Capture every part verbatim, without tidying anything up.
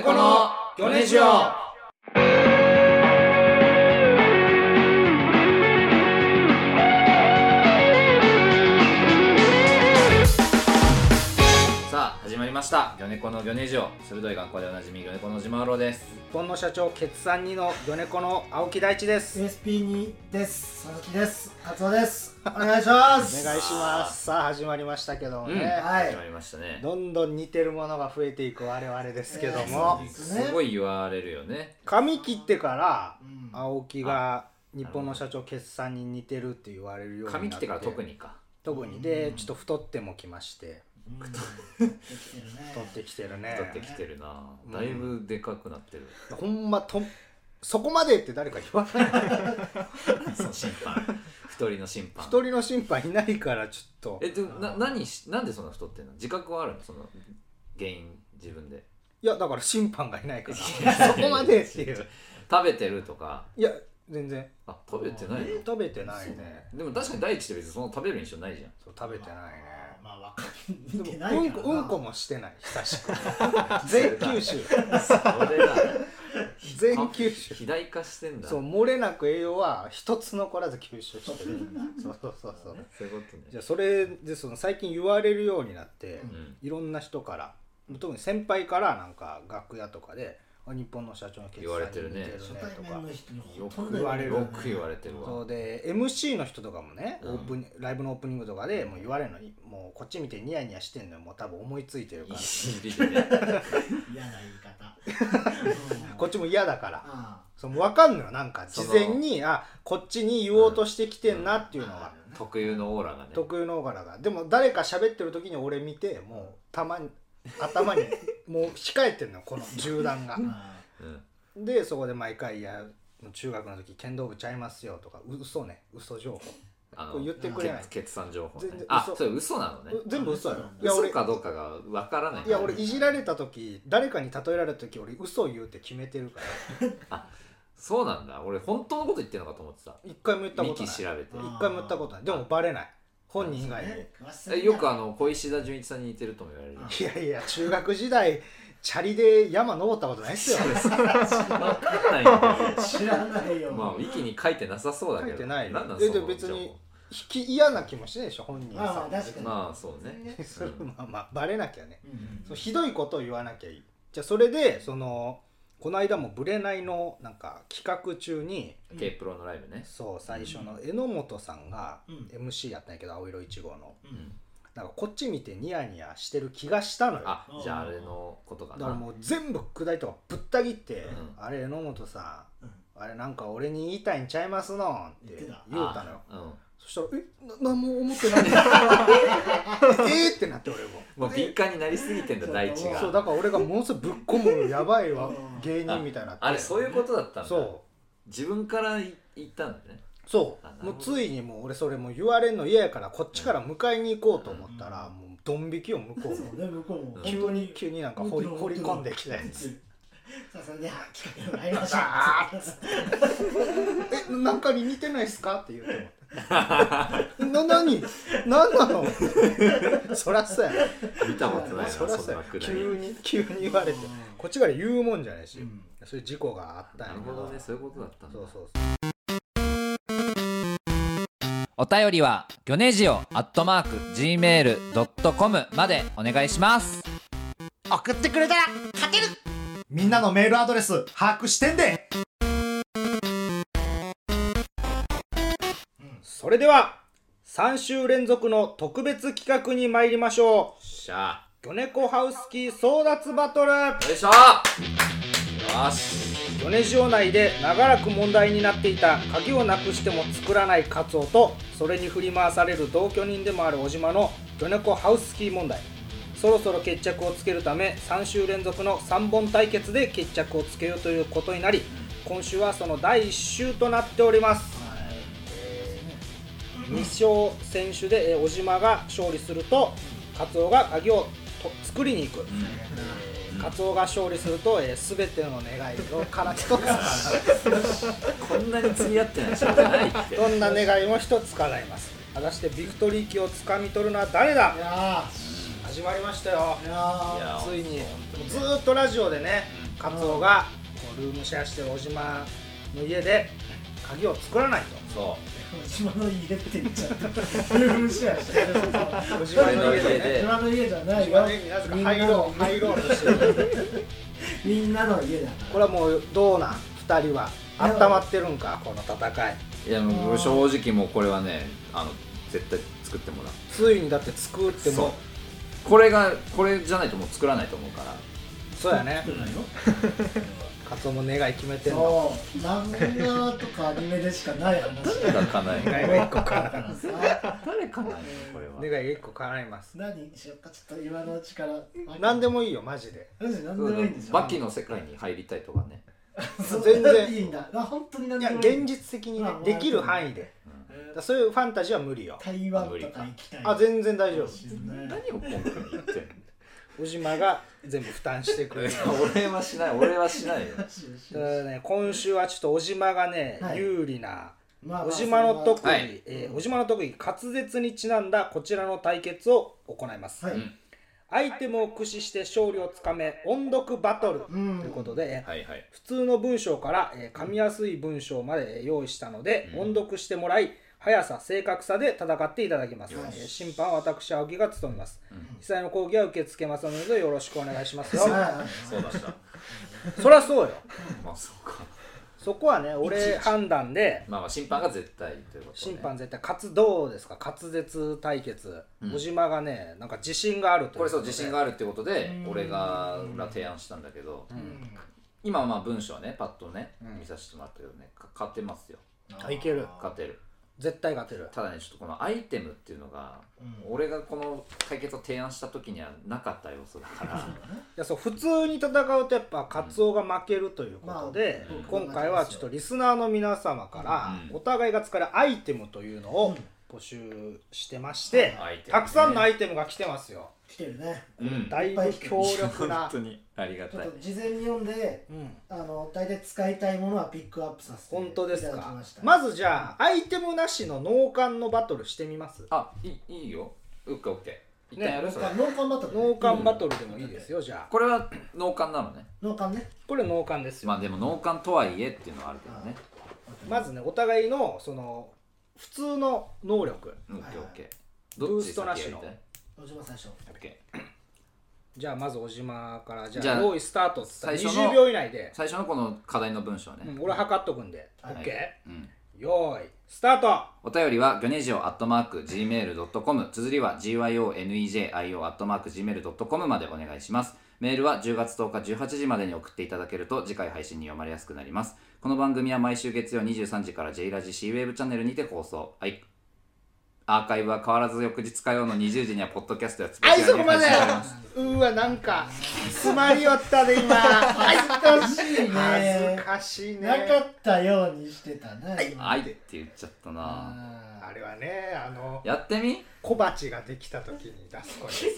子のギョネジオ。始まりましたギョネコのギョネジオ。鋭い眼光でおなじみギョネコの島郎です。 日本の社長ケツさんにのギョネコの青木大地です。 エスピーに です佐々木です。勝尾です。お願いしますお願いします。さあ始まりましたけどもね、うん、 はい、 始まりましたね。 どんどん似てるものが増えていく我々ですけども、 えー、す, ね、すごい言われるよね。 髪切ってから青木が日本の社長ケツさんに似てるって言われるようになって、 髪切ってから特にか特にでちょっと太ってもきまして、 うん、太ってきてるね。 太ってきてるね。 太ってきてるな。だいぶでかくなってる、 うん、ほんまとそこまでって誰か言わないその審判太りの審判太りの審判いないからちょっとえでな何なんでそんな太ってんの？自覚はあるの？その原因自分で。 いやだから審判がいないからそこまでっていう食べてるとか。 いや全然。 あ食べてないの？ 食べてないね。 でも確かに第一って別にその食べる印象ないじゃん。 そう食べてないね。 まあわかんでないもうんこうんこもしてない久しく全吸収それだ全吸収肥大化してんだ。 そう漏れなく栄養は一つ残らず吸収してるそうそうそうそうそういうことね。 じゃあそれでその最近言われるようになって、 うん、 いろんな人から特に先輩からなんか楽屋とかで日本の社長の決算に似てるねとかよく言われるよく言われてるわ。 そうで エムシー の人とかもね、うん、オープンライブのオープニングとかでもう言われるのにもうこっち見てニヤニヤしてんのよ。もう多分思いついてるからいじりでね嫌な言い方こっちも嫌だからあその分かんのよ。なんか事前にあこっちに言おうとしてきてんなっていうのが、 うん、特有のオーラがね。 特有のオーラがでも誰か喋ってる時に俺見てもうたまに頭にもう控えてんのよこの銃弾がうん、でそこで毎回いや中学の時剣道部ちゃいますよとか嘘ね嘘情報あのこれ言ってくれない決算情報、ね、 全然あそれ嘘なのね。 全部嘘よ。 いや嘘かどうかがわからない。 いや俺いじられた時誰かに例えられた時俺嘘言うって決めてるからあそうなんだ。俺本当のこと言ってるのかと思ってた。 一回も言ったことない。 ミキ調べて一回も言ったことない。でもバレない本人以外に。 よくあの小石田純一さんに似てるとも言われる。 いやいや中学時代チャリで山登ったことないっすよ分かんないんだよ。 知らないよ。 まあウィキに書いてなさそうだけど。 書いてないよ。 なんなんでで別に引き嫌な気もしないでしょ本人さん。 ああ確かに。 まあそうね。 それまあまあバレなきゃね、 うんうん、 そのひどいことを言わなきゃいい。じゃあそれでそのこの間もブレナイのなんか企画中に K プロのライブね。 そう最初の榎本さんがうんエムシー やったんやけど青色いち号の、 うんなんかこっち見てニヤニヤしてる気がしたのよ。 あじゃああれのことかな。 だからもう全部下りとかぶった切って、 うん、 あれ榎本さん、 うん、 あれなんか俺に言いたいんちゃいますのって言うたのよ。 うん、 そしたらえな何も思ってないえーってなって俺ももう敏感になりすぎてんだ大地が。 そうだから俺がものすごいぶっ込むやばいわ芸人みたいになってあ, あれそういうことだったんだ。 そう自分から言ったんだね。 そうもうついにもう俺それもう言われんの嫌やからこっちから迎えに行こうと思ったら、うん、もうドン引きを向こうもそうね向こうも急に急になんか掘り掘り込んできたやつさあそれでは企画に参りましょうえなんかに似てないっすかって言うてもな何何なのそらそうや見たことないなそらそうやそんな急に急に言われてこっちから言うもんじゃないし、うん、そういう事故があったんや。 なるほどねそういうことだったんだ。 そうそうそう。 お便りはギョネジオアットマーク ジーメールドットコム までお願いします。 送ってくれたら勝てる。みんなのメールアドレス把握してんで。 それではさん週連続の特別企画に参りましょう。 しゃギョネコハウスキー争奪バトル。よいしょよし。 ギョネジオ内で長らく問題になっていた鍵をなくしても作らないカツオとそれに振り回される同居人でもある小島のギョネコハウスキー問題。そろそろ決着をつけるためさん週連続のさんぼん対決で決着をつけようということになり今週はそのだいいっ週となっております。に勝先取で小島が勝利するとカツオが鍵をと作りに行く、うん、カツオが勝利すると、えー、全ての願いをから一つ叶うこんなに釣り合ってないしょうがないってどんな願いも一つ叶います。果たしてビクトリー旗をつかみ取るのは誰だ。 いや始まりましたよ。 いやついにずーっとラジオでねカツオがこうルームシェアしてる小島の家で鍵を作らないと。 そ島の家って言っちゃったルームシェアしてる小島の家でね。 島の家じゃないよ小島の家になぜか入ろう入ろうとしてる。 みんなの家だからこれはもうどうなんふたりは温まってるんかこの戦い。 う。いやもう正直もうこれはねあの絶対作ってもらう。 ついにだって作ってそうもこれがこれじゃないともう作らないと思うから。 そうやね。 作らないよカツオも願い決めてんの。 そう漫画とかアニメでしかない話誰が叶え願いるが一個叶だからさ誰叶えるこれは。 願いが一個叶います。 何にしようかちょっと今のうちから何でもいいよマジで。 マジで何でもいいんでしょバキの世界に入りたいとかね。 そう全然いいんだあ本当に何いやでもいい現実的にねまあできる範囲で。だからそういうファンタジーは無理よ。 台湾とか行きたいあ全然大丈夫。 何を根拠に言ってんの。 小島が全部負担してくれる。 俺はしない俺はしないよ。 だからね今週はちょっと小島がね、 はい有利なまあまあ小島の特技、 はいえー小島の特技滑舌にちなんだこちらの対決を行います、 はいうんアイテムを駆使して勝利をつかめ音読バトルとうんいうことで、 はいはい。 普通の文章から、えー噛みやすい文章まで用意したので、 うん音読してもらい速さ正確さで戦っていただきます、 よしえー審判は私青木が務めます、 うん実際の講義は受け付けますのでよろしくお願いしますよさあそうだした。 そりゃそうよ。 まあそうか。 そこはね俺判断でまあまあ審判が絶対ということね。 審判絶対活動ですか滑舌対決、 うん小島がねなんか自信があるというこれそう自信がああるってことでうん俺が提案したんだけど、 る、うん今はまあ文章ねパッとねうん見させてもらったけどねか勝てますよ。 あいける勝てる。 絶対勝てる。 ただねちょっとこのアイテムっていうのが、 うん俺がこの対決を提案した時にはなかった要素だからいやそう普通に戦うとやっぱカツオが負けるということで、 まあ今回はちょっとリスナーの皆様からうんお互いが使えるアイテムというのを募集してまして、 アイテムねたくさんのアイテムが来てますよ。 来てるねうんだいぶ強力な本当にありがたいちょっと事前に読んでうんあの大体使いたいものはピックアップさせて本当ですいただきかました。 まずじゃあアイテムなしの脳幹のバトルしてみます。 あいいいいよオッケーオッケー一旦やる、それ脳幹バトルね脳幹バトルでもいいですよ。じゃあこれは脳幹なのね。 脳幹ねこれ脳幹ですよ。 まあでも脳幹とはいえっていうのはあるけどね。 まずねお互いのその普通の能力オッケーオッケーブーどっちストなしの先やりたい小島最初オッケじゃあまず小島からじゃあじゃあ用意スタートっつったら最初のにじゅうびょう以内で、 ー最初のこの課題の文章ね、 うん、俺測っとくんで、 はい OK、 うん用意スタート。 お便りはギョネジオアットマーク ジーメールドットコム 綴りは ジーワイオーエヌイージェーアイオー アットマーク ジーメールドットコム までお願いします。メールはじゅうがつとおかじゅうはちじまでに送っていただけると次回配信に読まれやすくなります。この番組は毎週月曜にじゅうさんじから J ラジ C ウェブチャンネルにて放送。はい。アーカイブは変わらず翌日火曜のにじゅうじにはポッドキャストやツはいそこまで配信されます。 うーわなんか詰まりよったで今恥ずかしいね恥ずかしいねなかったようにしてたね今はいって言っちゃったな。 ああれはねあのやってみ小鉢ができた時に出す声です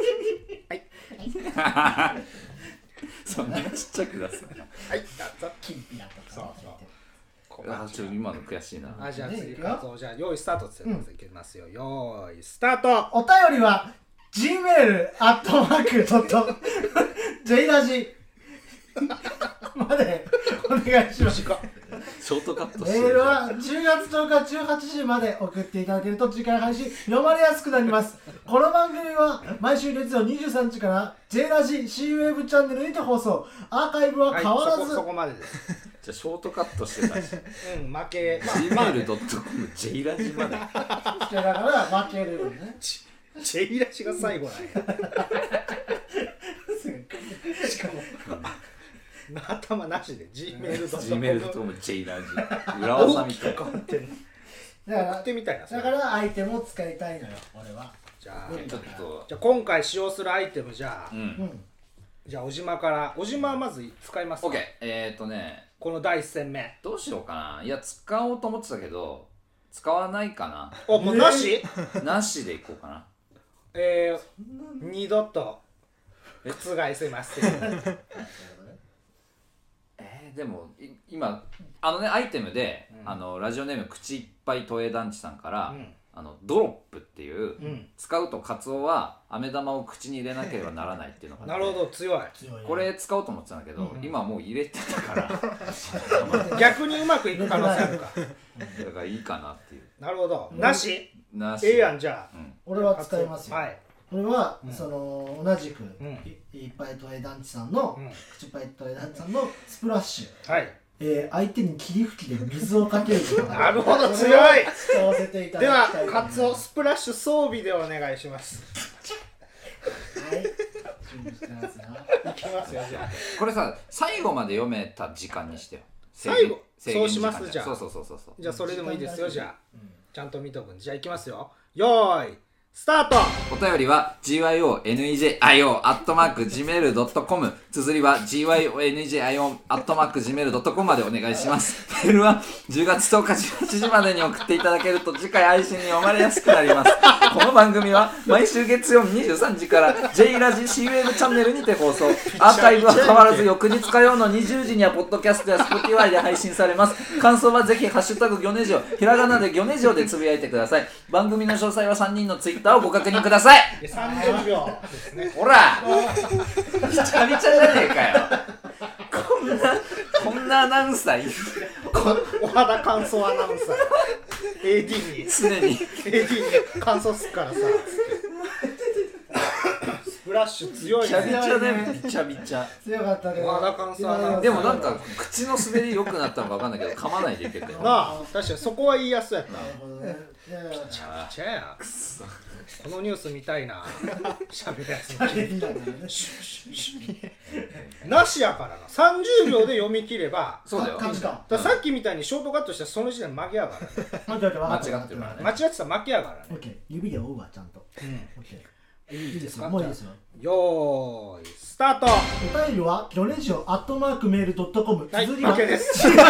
そんなちっちゃく出すね。 はいどうぞーキンピラとかそうそう小あ鉢ちょっと今の悔しいな。 あじゃあ次ねいくよカツオじゃあ用意スタートっつってます、いきますよ用意スタート。 お便りは ジーメールアットマークドット J ラジまでお願いします。 ショートカットメしてるールはじゅうがつとおかじゅうはちじまで送っていただけると次回配信読まれやすくなります。この番組は毎週月曜にじゅうさんじから J ラジ C ウェブチャンネルにて放送。アーカイブははい変わらず、 そこそこまでですじゃあショートカットしてたしうん負けジーメールドットコム J ラジまでだから負けるよね。 ジェイラシが最後なんやしかも頭なしで G メールドットコム G メールドットコム J ラジ裏技みたい変わってんのだから送ってみたいなそれだからアイテムを使いたいのよ俺は。 じゃあうんちょっとじゃあ今回使用するアイテムじゃあ、 ううんん。 じゃあ小島から小島はまず使いますか OK えーっとねこの第一戦目どうしようかないや使おうと思ってたけど使わないかおもうなし、 ななしでいこうかなえー、二度と覆せますえー、でもい今あのねアイテムで、 うんあのラジオネーム口いっぱい都営団地さんから、 うんあのドロップっていう、 うん、 使うとカツオは飴玉を口に入れなければならないっていうのがあって、 なるほど強い強いねこれ使おうと思ってたんだけど、 うん、 今もう入れてたから逆にうまくいく可能性あるかだからいいかなっていう。 なるほど、なしなしええやんじゃあ、 うん、 俺は使いますよ、 はい、 これは、 うん、 その同じく、 うん、 い, いっぱいとえ団地さんの、 うん、 口パイとえ団地さんのスプラッシュ、 はい、 えー、相手に霧吹きで水をかけるとかなるほど強い使わせていたではだきたいカツオスプラッシュ装備でお願いしますはい準備してますよいきますよじゃあこれさ最後まで読めた時間にしてよ。 最後制限そうします制限時間じゃあそうそうそうそうそう。 じゃあそれでもいいですよじゃあうんちゃんと見とくんでじゃあいきますよよーいスタートお便りは ジーワイオーエヌイージェーアイオー アットマーク ジーメール ドットコム 綴りは ジーワイオーエヌイージェーアイオー アットマーク ジーメール ドットコム までお願いします。メールはじゅうがつとおかじゅうはちじまでに送っていただけると次回配信に読まれやすくなります。この番組は毎週月曜にじゅうさんじから J ラジ シーウェーブチャンネルにて放送。アーカイブは変わらず翌日火曜のにじゅうじにはポッドキャストや Spotify で配信されます。感想はぜひハッシュタグギョネジオひらがなでギョネジオでつぶやいてください。番組の詳細はさんにんのツイッターをご確認ください。 さんじゅうびょうですねほらびちゃびちゃじゃねえかよ。こんなこんなアナウンサーいる。 岡田感想アナウンサー エーディー に常にエーディー に感想すっからさスプラッシュ強いびちゃびねちゃねびちゃびちゃ。 強かったけど和田感想アナウンサーでもなんか口の滑り良くなったのか分かんないけど噛まないでいけてる。 なあ確かにそこは言いやすやったなるほどねいやいやあちゃやくそこのニュース見たいな喋るやつ大変だからねなしやからなさんじゅうびょうで読み切ればそうだよ。 感じただからさっきみたいにショートカットしたらその時点で負けやからねオッケーオッケー分か間違ってるからね間違ってたら負けやからねオッケー指で追うわちゃんとうんオッケーいいいですよもういいですよよーいスタートお便りはギョネジオアットマークメールドットコムはい綴りは負けですちっちゃ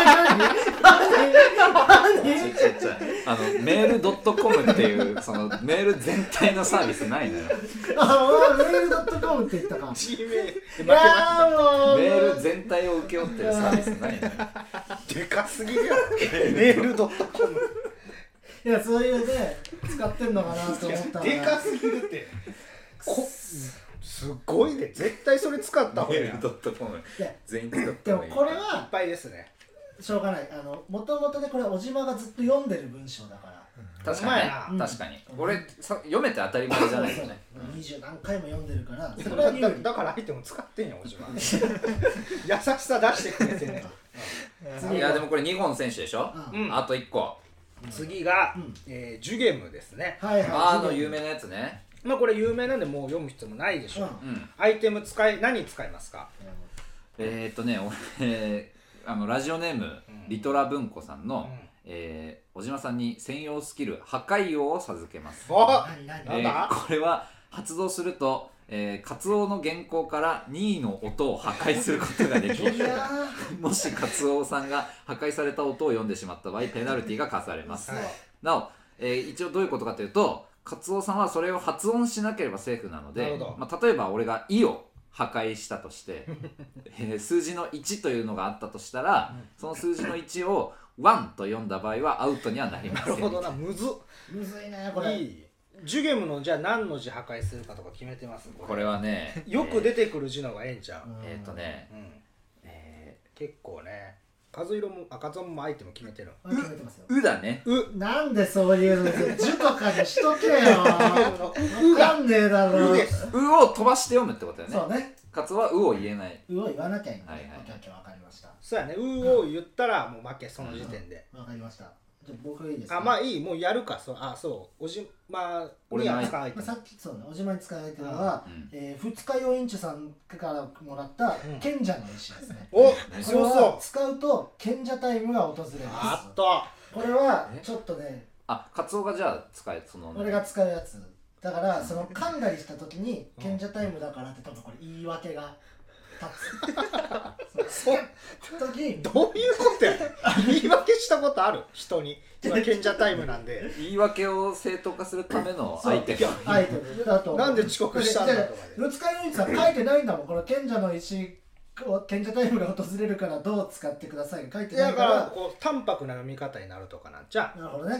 いちっちゃいあのメールドットコムっていうそのメール全体のサービスないのよ。 あメールドットコムって言ったか G メールで負けいまやーもうメール全体を請け負ってるサービスないのよ。 すでかすぎるよメールドットコムいやそういうね使ってんのかなと思ったらでかすぎるってこすごいね絶対それ使った方がいいやメールドットコムいや全員使ったでも方がいい。 これいっはぱいですねしょうがないあのもともとでこれ小島がずっと読んでる文章だから確ほんまやかにな確かに俺さ読めて当たり前じゃないよね。 二十何回も読んでるからそれだは有利だだから相手も使ってんよおじま優しさ出してくれてんねいやでもこれにほん選手でしょ。 うんうんあといっこ。 次が、 うんえージュゲムですねはいはいあの有名なやつね。 まあこれ有名なんでもう読む必要もないでしょう、 うんうん。 アイテム使い何使いますかえー、っとね俺あのラジオネーム、 うんリトラ文庫さんの、 うんえー、小島さんに専用スキル破壊王を授けます。 お何何なんだえーこれは発動すると、えー、カツオの原稿からにいの音を破壊することができいやもしカツオさんが破壊された音を読んでしまった場合ペナルティが課されます。 はいなお、えー一応どういうことかというとカツオさんはそれを発音しなければセーフなのでなるほどまあ、例えば俺が「い」を破壊したとして、えー数字のいちというのがあったとしたら、その数字のいちを「ワン」と読んだ場合はアウトにはなりません。 なるほどなむずっむずいねこれいいジュゲムのじゃあ何の字破壊するかとか決めてますこれこれはねよく出てくる字の方がええんちゃう、 えー、っとね、 うんえ結構ね和色も赤ゾンもアイテム決めてるあ決めてますよー、うだね。 うなんでそういうの「じゅ」とかにしとけよ分かんねえだろうですうを飛ばして読むってことだよね。 そうねカツオはうを言えない。 うを言わなきゃいいはいはいオッケーオッケー分かりましたそうやねうを言ったらもう負けその時点で、 分かりましたじゃあ僕いいですかあまあいいもうやるかそうあそうおじまあに俺のアイは使うアイテムまあさっきそうねおじまに使われてるのは、 うんえー、二日酔いんちゅさんからもらったうん賢者の石ですね、 おこれ強はそう使うと賢者タイムが訪れますあっとこれはちょっとねあ、カツオがじゃあ使えその、 俺が使うやつだからその噛んだりした時に賢者タイムだからって多分これ言い訳が立つそうその時どういうことや言い訳したことある人に今賢者タイムなんで言い訳を正当化するためのアイテム。 アイテムだとなんで遅刻したんだとかで四日酔いんちさん書いてないんだもんこの賢者の石を賢者タイムが訪れるからどう使ってくださいが書いてないかだかららこう淡白な読み方になるとかなんじゃなるほどね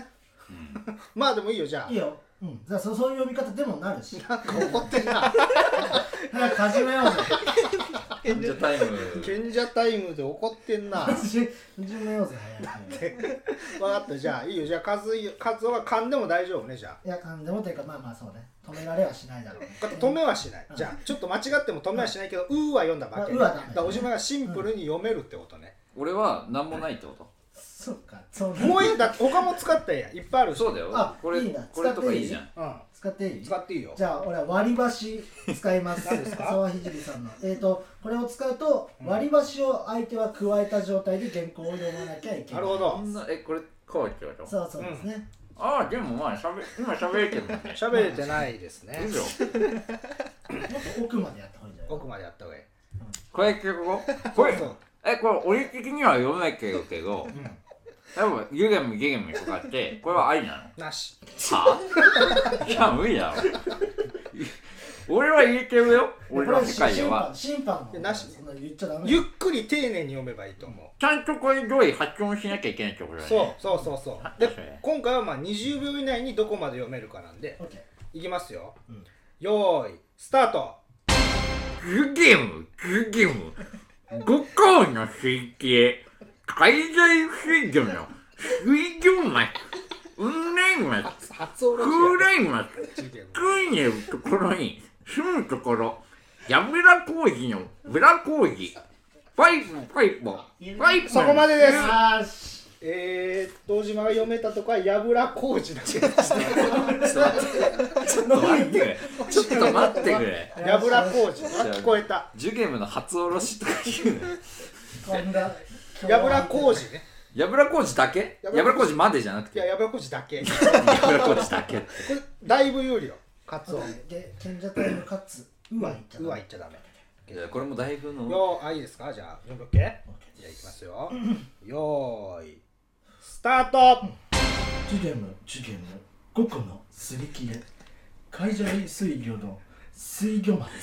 まあでもいいよじゃあいいよ、うん、じゃあそそういう読み方でもなるしなんか怒ってんなだから始めようぜ賢者タイム賢者タイムで怒ってんな始めようぜ早く分かったじゃあいいよじゃあカズカズオが噛んでも大丈夫ねじゃあいや噛んでもというかまあまあそうね止められはしないだろうね止めはしない、じゃあちょっと間違っても止めはしないけど、うーは読んだだけ、 うはダメだからおじまがシンプルに読めるってことね、 俺は何もないってことそうかそうもういいんだ他も使ったらいいやいっぱいあるしそうだよあこれいいんだこれとかいいじゃんうん使っていい使っていいよじゃあ俺は割り箸使います何ですか沢ひじりさんのえっ、ー、とこれを使うと割り箸を相手は加えた状態で原稿を読まなきゃいけないなるほどこんなえこれこうってことそうそうですね、 ああでもまあしゃべ今しゃべれてるもんね喋れてないですね以上もっと奥までやった方がいいんじゃない奥までやった方がいいこれ結構これそうそうえこれ俺的には読めないけどけど多分ゲゲムゲゲムとかってこれはありなのなしはいや無理だろ俺は入れてるよ俺の世界では審判のなしそんな言っちゃダメゆっくり丁寧に読めばいいと思うちゃんとこれどういう発音しなきゃいけないってことだねそうそうそうそうで今回はまあにじゅうびょう以内にどこまで読めるかなんで OK いきますよ、 うん、 よーいスタートゲゲムゲゲム五行の水系海外水魚の水魚膜運命膜発音空霊膜食いねるところに住むところやぶら工事のブラ工事パイプパイプパイプそこまでですよーしえーっと小島が読めたとこはやぶら工事だけでしたちょっと待ってくれちょっと待ってくれやぶら工事聞こえたジュゲムの初おろしとか言うのこんなやぶら工事ねやぶら工事だけやぶら工事までじゃなくていややぶら工事だけやぶら工事だけってこれだいぶ有利よカツオで賢者タイムかつうは言っちゃダメうは言っちゃダメいやこれもだいぶのよーあいいですかじゃあ準備 OK? じゃあいきますよよーいスタートジュゲムジュゲムごこのすり切れ海上水魚の水魚松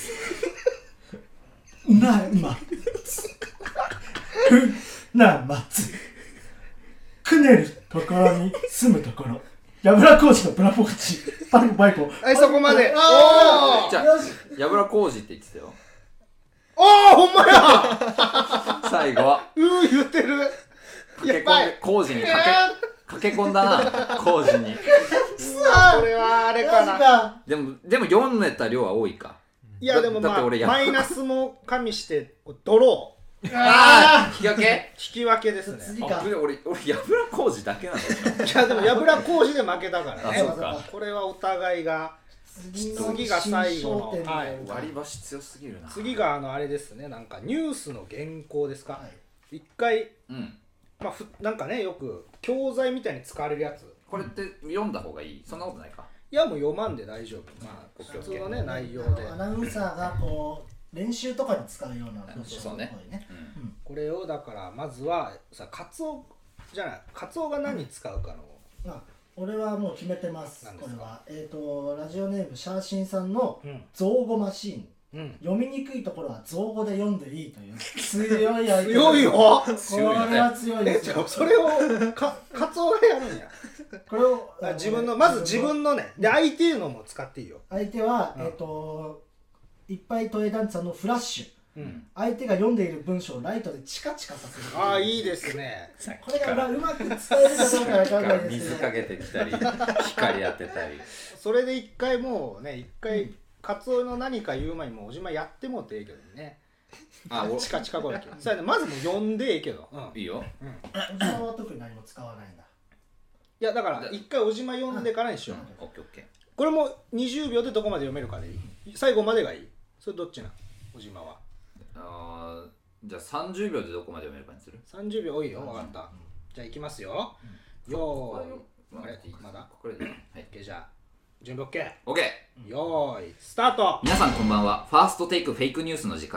なまつふなまつくねるところに住むところやぶら工事のブラポーチパイプパイプはいそこまであおーじゃあやぶら工事って言ってたよおーほんまや最後はうー言ってる駆け込んで工事に駆け駆け込んだな工事にこれはあれかなでもでも読めた量は多いかいやでもまあだって俺やマイナスも加味してドローああ引き分け引き分けですね次かあ俺俺俺やぶら工事だけなのいやでもやぶら工事で負けたからねあそうかこれはお互いが次次が最後のはい割り箸強すぎるな次があのあれですねなんかニュースの原稿ですか、 はい一回うんまあふなんかねよく教材みたいに使われるやつこれって読んだ方がいいそんなことないかいやもう読まんで大丈夫まあ普通のね内容でアナウンサーがこう練習とかに使うような文章そうねっぽいねうんこれをだからまずはさカツオじゃないカツオが何に使うかの、 あ俺はもう決めてます何ですかこれはえっ、とラジオネームシャーシンさんのうん造語マシーンうん、 読みにくいところは造語で読んでいいという強い相手強いよこれは強いえですよそれをかカツオがやるんやこれをあ自分のまず自分のねで相手のも使っていいよ、 相手は、 うんえっ、といっぱいトエダンさんのフラッシュうん、 相手が読んでいる文章をライトでチカチカさせるああいいですねこれがうまく伝えるかどうかわかんないですけど水かけてきたり光当てたりそれで一回もうね一回カツオの何か言う前にもうおじまやってもうてええけどねあおチカチカ声けどそれでまずもう読んでええけど、うん、 いいよおじさんは特に何も使わないんだいやだから一回おじま読んでからにしよう、 オッケーオッケーこれもにじゅうびょうでどこまで読めるかでいい最後までがいいそれどっちなおじまはあーじゃあさんじゅうびょうでどこまで読めるかにするさんじゅうびょう多いよ分かったじゃあいきますよ、よーいあれまだこれではい OK じゃあ準備 OK オッケーよーいスタート皆さんこんばんは。ファーストテイクフェイクニュースの時間です。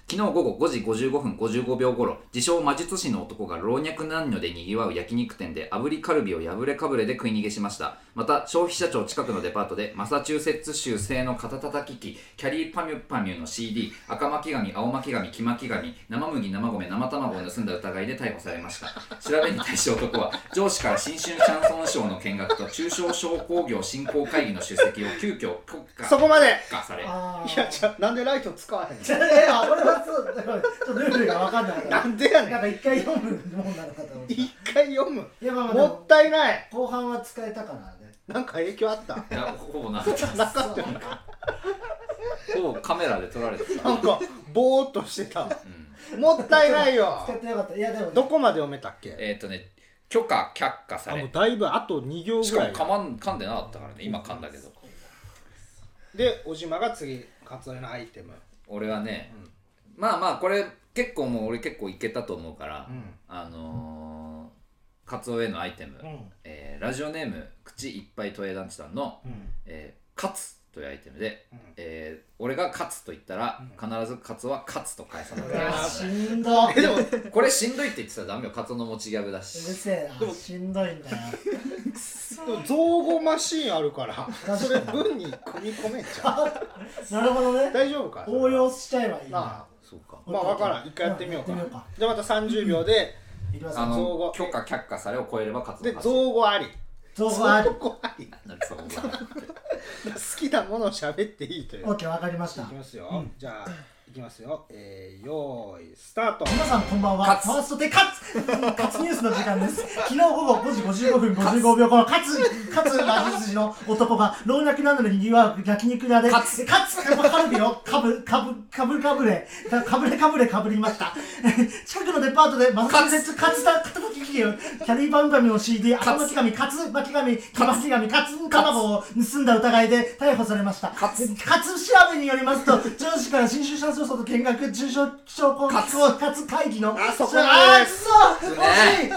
昨日午後ごじごじゅうごふんごじゅうごびょう頃、自称魔術師の男が老若男女で賑わう焼肉店で炙りカルビを破れかぶれで食い逃げしました。また消費者庁近くのデパートでマサチューセッツ州製の肩たたき機キャリーパミュパミュの シーディー 赤巻紙青巻紙黄巻紙生麦生米生卵を盗んだ疑いで逮捕されました。調べに対し男は上司から新春シャンソンショーの見学と中小商工業振興会議の出席を急遽国家そこまで化され、 あーいやじゃあなんでライト使わへんのいやいや俺はそうだからちょっとルールが分かんなかった。 なんでやねんなんか一回読むもんなのかと思って。 一回読むいやまあまあでももったいない後半は使えたからね。 なんか影響あったいやほぼなかったなかったのかほぼカメラで撮られてた、 なんかぼーっとしてたうん、 もったいないよ使ってよかった。いやでもねどこまで読めたっけえっ、ー、とね許可却下さあもうれ、 だいぶあとに行しかもぐらい噛まん噛んでなかったからね、今噛んだけど。 で小島が次カツオのアイテム俺はね、まあまあこれ結構もう俺結構いけたと思うから、 うんあのー、カツオへのアイテム、 うんえーラジオネーム口いっぱい都営団地さんの、 うんえーカツというアイテムで、 うんえー俺がカツと言ったら、必ずカツオはカツと返さなきゃいけない。 うわしんどい。 えでもこれしんどいって言ってたらダメよ、カツオの持ちギャグだうるし。 せえな。しんどいんだよ。 でも造語マシーンあるからそれ文に組み込めんじゃんなるほどね。 大丈夫か応用しちゃえばいいなあな。 そうか。 まあ分からん一回やってみようかやってみようかじゃあまたさんじゅうびょうでいきますあよ。 造語の許可却下されを超えればカツオで勝ち。 造語あり造語あり。 造語ありなんかそう思う好きなものを喋っていいというオッケーわかりましたいき。ますよ、じゃあいきますよえー、よーいスタート皆さんこんばんは。 カツファーストでカツカツニュースの時間です。昨日午後ごじごじゅうごふんごじゅうごびょう頃、カツカツ魔術師の男が老若男女で賑わう焼肉屋でカツカツカルビをかぶかぶかぶかぶれかかぶれかぶれかぶりました。近くのデパートでマサチューセッツカツタ肩たき機をキャリーパンパミの シーディー 赤巻紙カツ巻き紙木巻紙カツ卵を盗んだ疑いで逮捕されました。 カツカツ調べによりますと、上司から新種シャンソンと見学中小商工機構カツ会議のあそこまであーくそ惜しい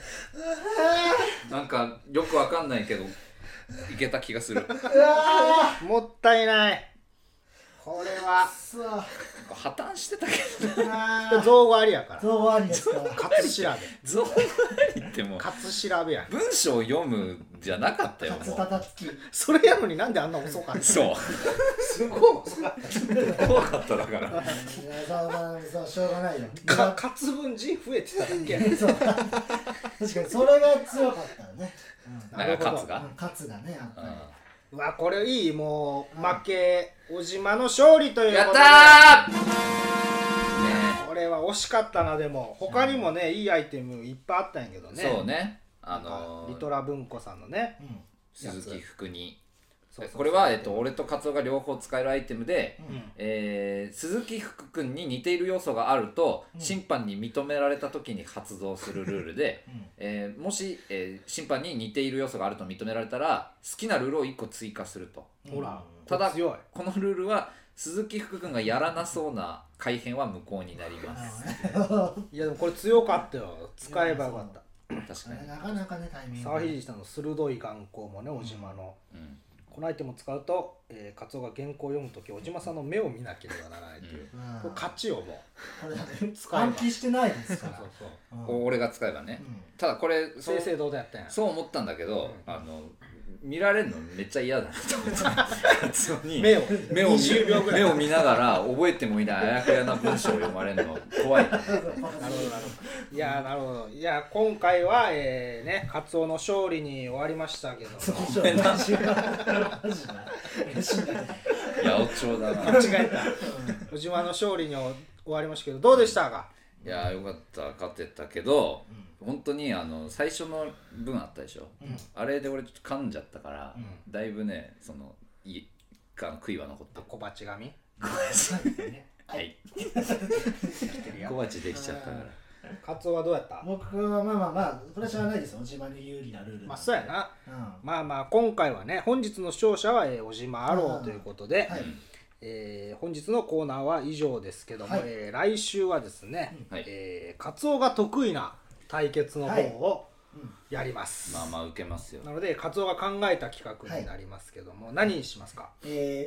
なんかよくわかんないけどいけた気がする。 うわもったいないこれはーくそ破綻してたけどな。 あー造語ありやから造語ありですかカツ調べゾーン何ってもうカツ調べやん文章を読むじゃなかったよカツもう。 たたきそれやのになんであんな遅かったのそうすごい遅かった怖かっただから。 いやそうまあそうしょうがないよかカツ分人増えてただけやんそう確かにそれが強かったよねなるほどカツがうんカツがねやっぱりうわこれいいもう負け小島の勝利というやっことでたー。ねこれは惜しかったなでも他にもねいいアイテムいっぱいあったんやけどねそうね。あなんかのリトラ文庫さんのねうん鈴木福に。 そうそうそうこれはえっと俺とカツオが両方使えるアイテムで、 うんえー鈴木福君に似ている要素があると、 うん審判に認められた時に発動するルールで、 うんえーもし、えー審判に似ている要素があると認められたら好きなルールをいっこ追加すると。 ほらただ強いこのルールは鈴木福君がやらなそうな改変は無効になります。 いやでもこれ強かったよ使えばよかった確かに。 なかなかねタイミング沢肘さんの鋭い眼光もね小島の、 うんこのアイテムを使うと、えー、カツオが原稿を読むとき小島さんの目を見なければならないという、 うんこれ勝ちよもうこれだって使えば暗記してないですからそうそううんこう俺が使えばね、 うんただこれそう正々堂々やったんやそう思ったんだけど、あの見られるのめっちゃ嫌だなと思ってカツオに目を目を見にじゅうびょうぐらい目を見ながら覚えてもいないあやふやな文章を読まれるの怖い。 なるほどなるほどいやーなるほどいや今回は、えー、ねカツオの勝利に終わりましたけどそうでしょマジでマジで嬉しいんだけど八百長だな。 間違えた小島の勝利に終わりましたけどどうでしたかいやーよかった勝てたけど、本当にあの最初の文あったでしょ、 うんあれで俺ちょっと噛んじゃったから、 うんだいぶねそのいか悔いは残ってる。 小鉢紙はいてるよ小鉢できちゃったから。 カツオはどうやった僕はまあまあまあプレッシャーはないですよ小島に有利なルールまあそうやなうんまあまあ今回はね本日の勝者は、えー、小島アローということで、 はいえー本日のコーナーは以上ですけども、 はいえー来週はですね、 はいえーカツオが得意な対決の方をやります、 まあまあ受けますよ。 なのでカツオが考えた企画になりますけども、何にしますかえー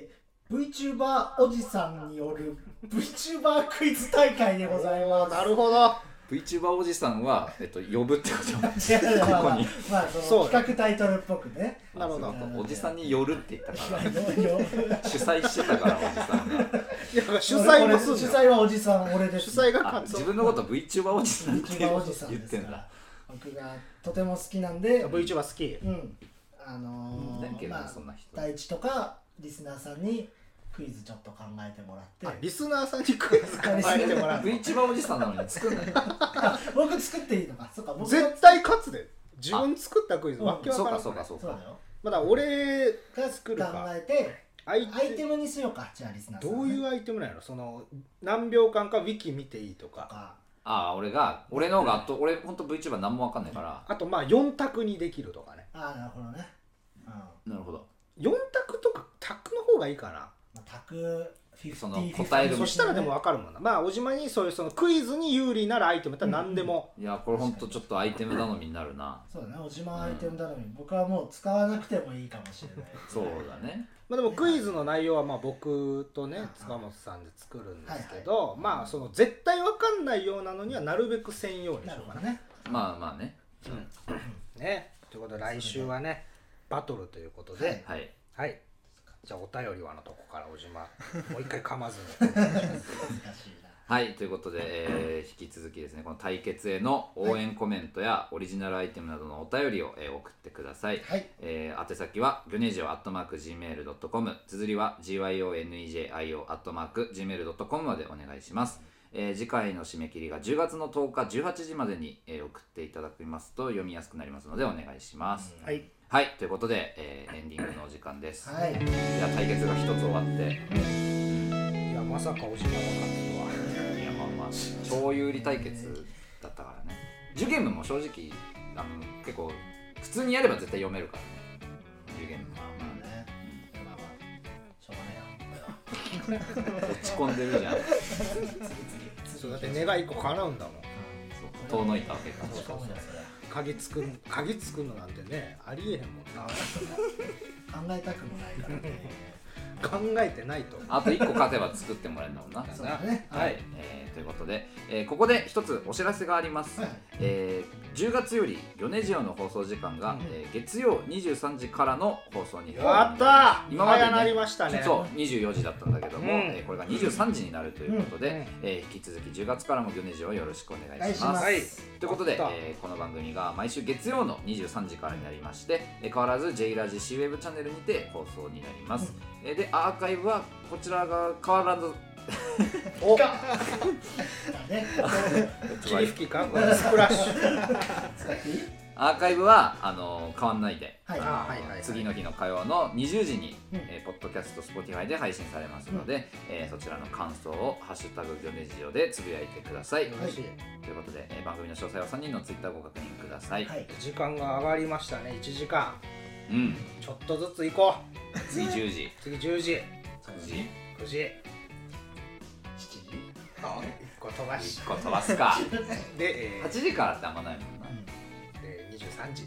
VTuber おじさんによる VTuber クイズ大会でございます。 なるほど。 VTuber おじさんは、えっと、呼ぶってこと違う違うまあまあにまあその企画タイトルっぽくね。 なるほど。 おじさんによるって言ったからいやよよ主催してたからおじさんがいや主催もすん主のよ。 催はおじさん俺です。 主催があカツオ。 自分のこと VTuber おじさんって VTuber おじさん言ってんだですから。僕がとても好きなんで、 VTuber 好き。 うんあのだけどーまあそんな人第一とかリスナーさんにクイズちょっと考えてもらってあ、リスナーさんにクイズ考えてもらう。 VTuber おじさんなのに作んないあ僕作っていいのか。そうか僕が絶対勝つで。自分作ったクイズあわけわそうからん。 かそうかそうかそうだよ。 まだ俺が作るか考えてアイアイテムにしようか。じゃあリスナーさん、ね、 どういうアイテムなの？その何秒間かウィキ見ていいとか。 かああ俺が俺の方があと俺ほんと VTuber 何もわかんないからあとまあよん択にできるとかね。 ああなるほどね。うんなるほどよん択とか択の方がいいかな。 まあ、択その答えるそしたらでも分かるもんな。まあ小島にそういうそのクイズに有利なるアイテムやったら何でも、 いやこれほんとちょっとアイテム頼みになるなそうだね。おじまアイテム頼み、僕はもう使わなくてもいいかもしれない。 そうだねまあ、でもクイズの内容はまあ僕とね塚本さんで作るんですけど、まあその絶対分かんないようなのにはなるべくせんようにしようかな。 なるほどね。 まあまあねねということで来週はねバトルということで、 はいはい、じゃあお便りはのとこから小島もう一回噛まずにお願いします。 難しいな。 はいということで、えー引き続きですねこの対決への応援コメントやオリジナルアイテムなどのお便りを、えー送ってください、 はい。 えー宛先はギョネジオアットマーク ジーメールドットコム 綴りは ジーワイオーエヌイージェーアイオー アットマーク ジーメールドットコム までお願いします、えー次回の締め切りがじゅうがつのとおかじゅうはちじまでに、えー送っていただきますと読みやすくなりますのでお願いします、 はい、 はいということで、えーエンディングのお時間です、 はい。 じゃあ対決が一つ終わっていやまさか小島が勝つとはいやまあまあ超有利対決だったからねジュゲームも正直あの結構普通にやれば絶対読めるからねジュゲームまあまあね。まあまあしょうがないよ。これは。 落ち込んでるじゃんそうだって願いいっこ叶うんだもん。 遠のいたわけかそうそうそう鍵作る鍵作るのなんてねありえへんもんな。 考えたくもないからね。 考えてないと。 あといっこ勝てば作ってもらえるんだもんなそうだね。 はい、えーということで、えーここで一つお知らせがあります、 はいえーじゅうがつよりギョネジオの放送時間が、 うんえー月曜にじゅうさんじからの放送にやったー。 今までね早なりましたね。 そうにじゅうよじだったんだけども、 うんえーこれがにじゅうさんじになるということで、 うんうんえー引き続きじゅうがつからもギョネジオをよろしくお願お願いしいしますます。 はいということでやった、 えーこの番組が毎週月曜のにじゅうさんじからになりまして、えー変わらず J ラジ C ウェブチャンネルにて放送になります、えーでアーカイブはこちらが変わらずおだね。 霧吹きかこれスプラッシュ。 アーカイブはあのー変わんないで、 はい。 あーはいはいはい次の日の火曜のにじゅうじに、 うんえーポッドキャスト Spotify で配信されますので、えーそちらの感想を「ハッシュタグギョネジオ」でつぶやいてください、 嬉しい。 ということで、えー番組の詳細はさんにんの Twitter ご確認ください、 はい。 時間が上がりましたね。いちじかん。 うんちょっとずつ行こ次じゅうじう。次じゅうじ、 くじくじ。 しちじ。 あ、いっこ飛ばしいっこ飛ばすかで、えはちじからってあんまないもんな、 ーでにじゅうさんじ。 い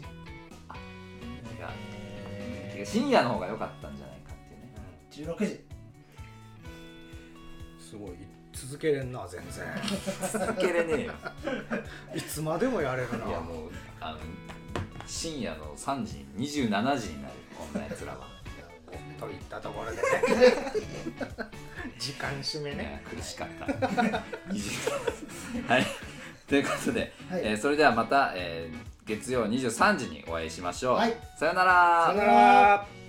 や深夜の方が良かったんじゃないかっていうねじゅうろくじ。 すごい続けれんな全然。 続けれねえよいつまでもやれるな。 いやもうあの深夜のさんじにじゅうしちじになるこんなやつらはといったところでね。時間締めね。 ね苦しかったにじゅうはいということで、 はいえーそれではまた、えー月曜にじゅうさんじにお会いしましょう、 はいさよならさよなら。